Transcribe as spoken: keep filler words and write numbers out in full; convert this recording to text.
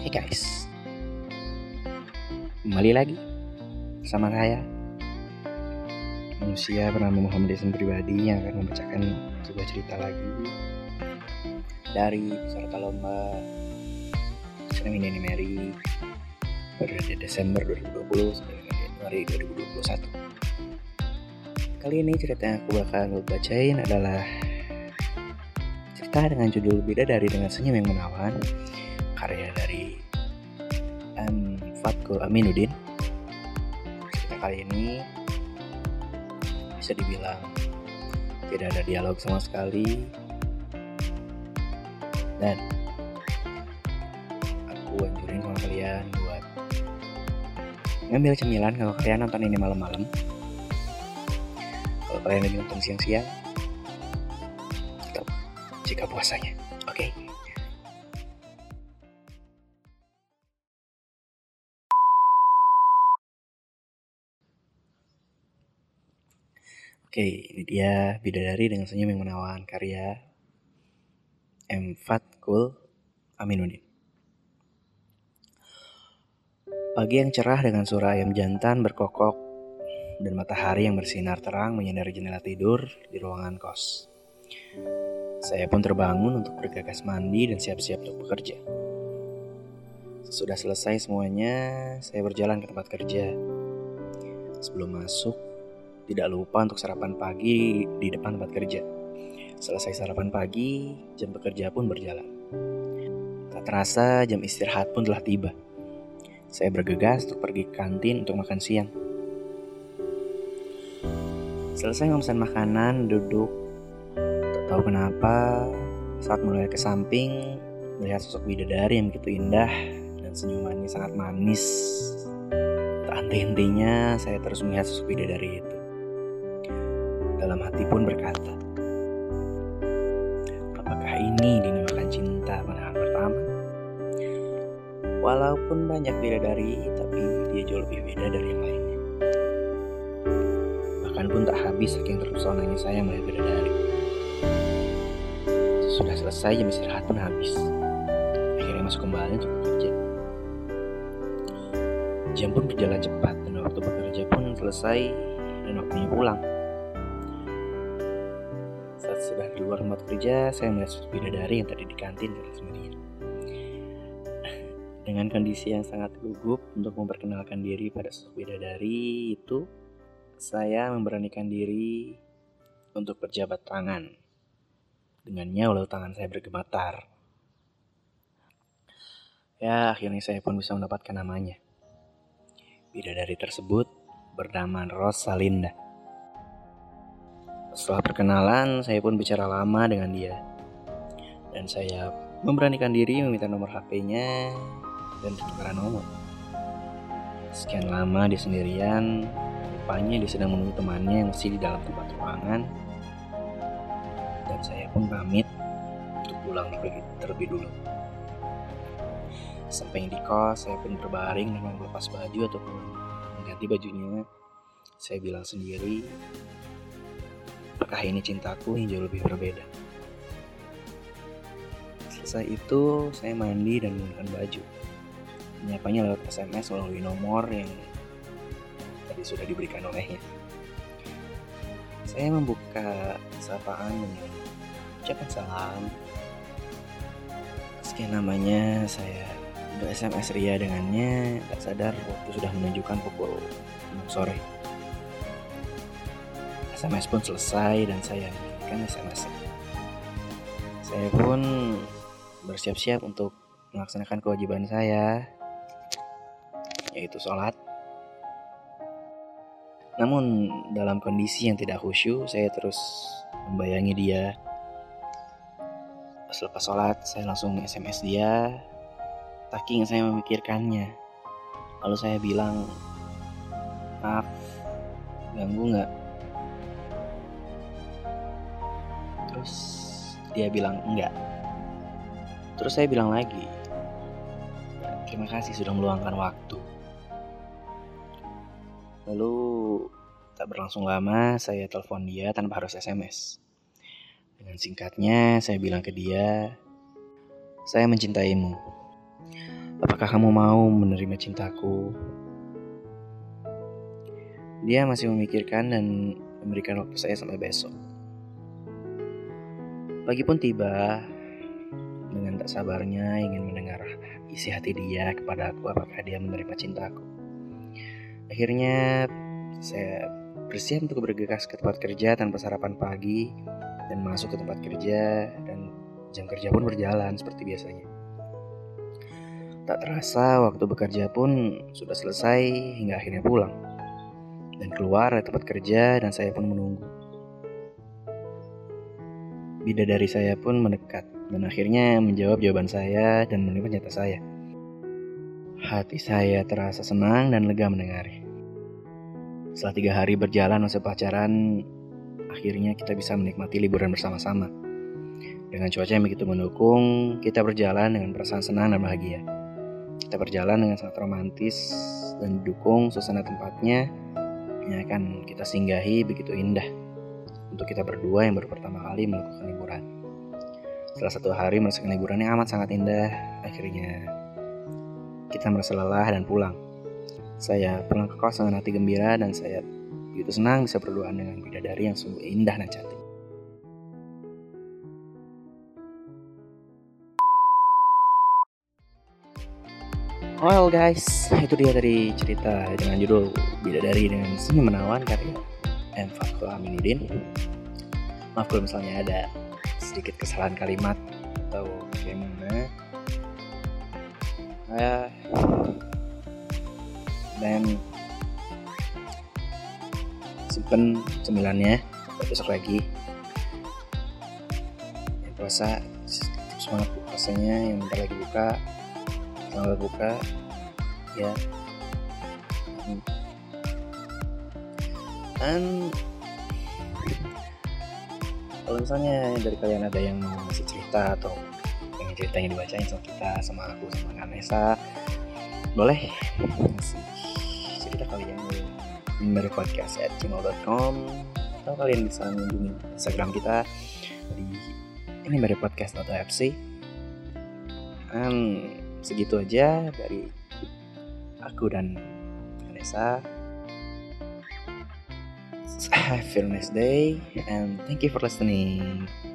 Oke guys, kembali lagi bersama saya, manusia bernama Muhammad Yasin Pribadi, yang akan membacakan sebuah cerita lagi dari peserta lomba Senam Ini Mary periode Desember dua ribu dua puluh sampai dengan Januari dua ribu dua puluh satu. Kali ini cerita yang aku bakal bacain adalah cerita dengan judul Bidadari dengan Senyum yang Menawan, karya dari M. Fatkul Aminuddin. Cerita kali ini bisa dibilang tidak ada dialog sama sekali, dan aku anjurin sama kalian buat ngambil cemilan kalau kalian nonton ini malam-malam. Kalau kalian lagi nonton siang-siang, tetap jika puasanya. Oke. Okay? Oke, ini dia Bidadari dengan Senyum yang Menawan, karya M. Fatkul Aminuddin. Pagi yang cerah dengan suara ayam jantan berkokok dan matahari yang bersinar terang menyinari jendela tidur di ruangan kos. Saya pun terbangun untuk bergegas mandi dan siap-siap untuk bekerja. Sesudah selesai semuanya, saya berjalan ke tempat kerja. Sebelum masuk, tidak lupa untuk sarapan pagi di depan tempat kerja. Selesai sarapan pagi, jam bekerja pun berjalan. Tak terasa jam istirahat pun telah tiba. Saya bergegas untuk pergi ke kantin untuk makan siang. Selesai memesan makanan, duduk. Tak tahu kenapa, saat melihat ke samping, melihat sosok bidadari yang begitu indah dan senyumannya sangat manis. Tak henti-hentinya saya terus melihat sosok bidadari itu. Dalam hati pun berkata, apakah ini dinamakan cinta pandangan pertama? Walaupun banyak bidadari, tapi dia jauh lebih beda dari yang lainnya. Bahkan pun tak habis saking terpesonanya saya melihat bidadari. Sudah selesai jam istirahat pun habis. Akhirnya masuk kembali untuk bekerja. Jam pun berjalan cepat dan waktu bekerja pun selesai dan waktunya pulang. Saat sudah di luar tempat kerja, saya melihat sosok bidadari yang tadi di kantin duduk sendirian. Dengan kondisi yang sangat gugup untuk memperkenalkan diri pada sosok bidadari itu, saya memberanikan diri untuk berjabat tangan. Dengannya walau tangan saya bergemetar. Ya, akhirnya saya pun bisa mendapatkan namanya. Bidadari tersebut bernama Rosalinda. Setelah perkenalan, saya pun bicara lama dengan dia. Dan saya memberanikan diri meminta nomor H P-nya dan tukaran nomor. Sekian lama dia sendirian, rupanya dia sedang menunggu temannya yang masih di dalam tempat ruangan. Dan saya pun pamit untuk pulang terlebih, terlebih dulu. Sampai di kos, saya pun berbaring dan melepas baju ataupun mengganti bajunya. Saya bilang sendiri, apakah ini cintaku yang jauh lebih berbeda? Selesai itu, saya mandi dan menggunakan baju. Menyapanya lewat S M S melalui nomor yang tadi sudah diberikan olehnya. Saya membuka sapaan dengan ucapan salam. Sekian namanya saya udah S M S ria dengannya, tak sadar waktu sudah menunjukkan pukul enam sore. S M S pun selesai dan saya menghentikan S M S. Saya pun bersiap-siap untuk melaksanakan kewajiban saya, yaitu sholat. Namun dalam kondisi yang tidak khusyuk, saya terus membayangi dia. Selepas sholat, saya langsung S M S dia, saking saya memikirkannya. Lalu saya bilang, maaf, ganggu gak? Terus dia bilang enggak. Terus saya bilang lagi, terima kasih sudah meluangkan waktu. Lalu tak berlangsung lama, saya telepon dia tanpa harus S M S. Dengan singkatnya, saya bilang ke dia, saya mencintaimu. apakah kamu mau menerima cintaku? Dia masih memikirkan dan memberikan waktu saya sampai besok. Pagi pun tiba. Dengan tak sabarnya ingin mendengar isi hati dia kepada aku, apakah dia menerima cintaku. Akhirnya saya bersiap untuk bergegas ke tempat kerja tanpa sarapan pagi dan masuk ke tempat kerja, dan jam kerja pun berjalan seperti biasanya. Tak terasa waktu bekerja pun sudah selesai hingga akhirnya pulang dan keluar dari tempat kerja, dan saya pun menunggu. Bidadari saya pun mendekat dan akhirnya menjawab jawaban saya dan menerima nyata saya. Hati saya terasa senang dan lega mendengarnya. Setelah tiga hari berjalan masa pacaran, akhirnya kita bisa menikmati liburan bersama-sama. Dengan cuaca yang begitu mendukung, kita berjalan dengan perasaan senang dan bahagia. Kita berjalan dengan sangat romantis dan didukung suasana tempatnya yang akan kita singgahi begitu indah untuk kita berdua yang baru pertama kali melakukan liburan. Setelah satu hari merasakan liburan yang amat sangat indah, akhirnya kita merasa lelah dan pulang. Saya pulang ke kos dengan hati gembira dan saya begitu senang bisa berduaan dengan bidadari yang sungguh indah dan cantik. Well guys, itu dia dari cerita dengan judul Bidadari dengan Senyum Menawan karya M. Fathul Aminuddin. Maaf kalau misalnya ada sedikit kesalahan kalimat atau bagaimana. Uh, dan simpen cemilannya buat besok lagi. Yang puasa, semangat puasanya, yang bentar lagi buka, selamat buka ya. Dan kalau misalnya dari kalian ada yang mau ngasih cerita atau pengen ceritanya dibacain sama kita, sama aku, sama Kanesa, boleh ngasih cerita kalian di mimbar podcast at gmail dot com, atau kalian bisa mengunjungi Instagram kita di mimbar podcast dot f c. Dan segitu aja dari aku dan Kanesa. Have a nice day and thank you for listening.